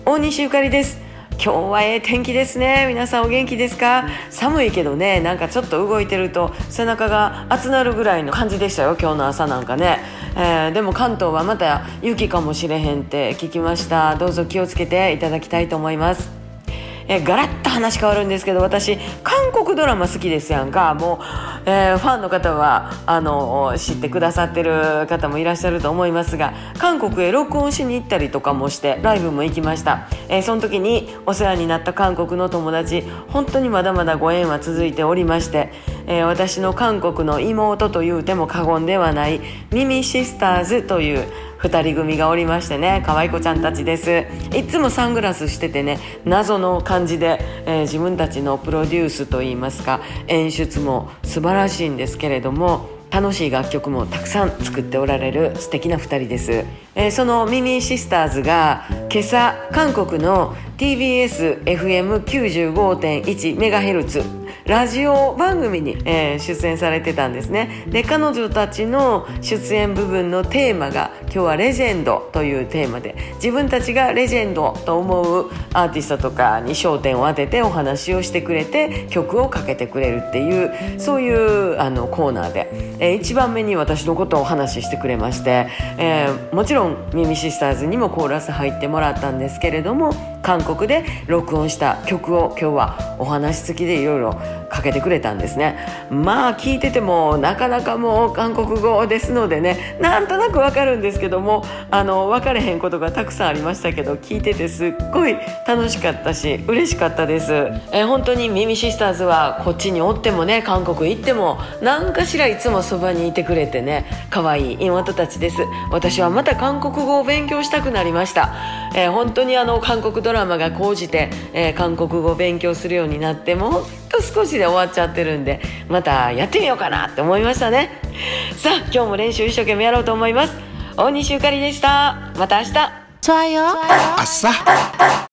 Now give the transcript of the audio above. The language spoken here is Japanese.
大西ゆかりです。今日は天気ですね。皆さんお元気ですか？寒いけどね、なんかちょっと動いてると背中が熱なるぐらいの感じでしたよ、今日の朝なんかね。でも関東はまた雪かもしれへんって聞きました。どうぞ気をつけていただきたいと思います。ガラッと話変わるんですけど、私韓国ドラマ好きですやんか。もう、ファンの方は知ってくださってる方もいらっしゃると思いますが、韓国へ録音しに行ったりとかもしてライブも行きました。その時にお世話になった韓国の友達、本当にまだまだご縁は続いておりまして、私の韓国の妹というても過言ではないミミシスターズという2人組がおりましてね、可愛い子ちゃんたちです。いつもサングラスしててね、謎の感じで、自分たちのプロデュースといいますか、演出も素晴らしいんですけれども、楽しい楽曲もたくさん作っておられる素敵な2人です。そのミミシスターズが今朝韓国の TBS-FM95.1MHzラジオ番組に、出演されてたんですね。で、彼女たちの出演部分のテーマが今日はレジェンドというテーマで、自分たちがレジェンドと思うアーティストとかに焦点を当ててお話をしてくれて曲をかけてくれるっていう、そういうコーナーで、1番目に私のことをお話ししてくれまして、もちろんミミシスターズにもコーラス入ってもらったんですけれども、韓国で録音した曲を今日はお話付きでいろいろかけてくれたんですね。まあ聞いててもなかなかもう韓国語ですのでね、なんとなくわかるんですけども、分かれへんことがたくさんありましたけど、聞いててすっごい楽しかったし嬉しかったです。本当にミミシスターズはこっちにおってもね、韓国行っても何かしらいつもそばにいてくれてね、可愛い妹たちです。私はまた韓国語を勉強したくなりました。本当に韓国ドラマが高じて、韓国語を勉強するようになって、もうほんと少しで終わっちゃってるんで、またやってみようかなって思いましたね。さあ今日も練習一生懸命やろうと思います。大西ゆかりでした。また明日。 좋아요. 아싸.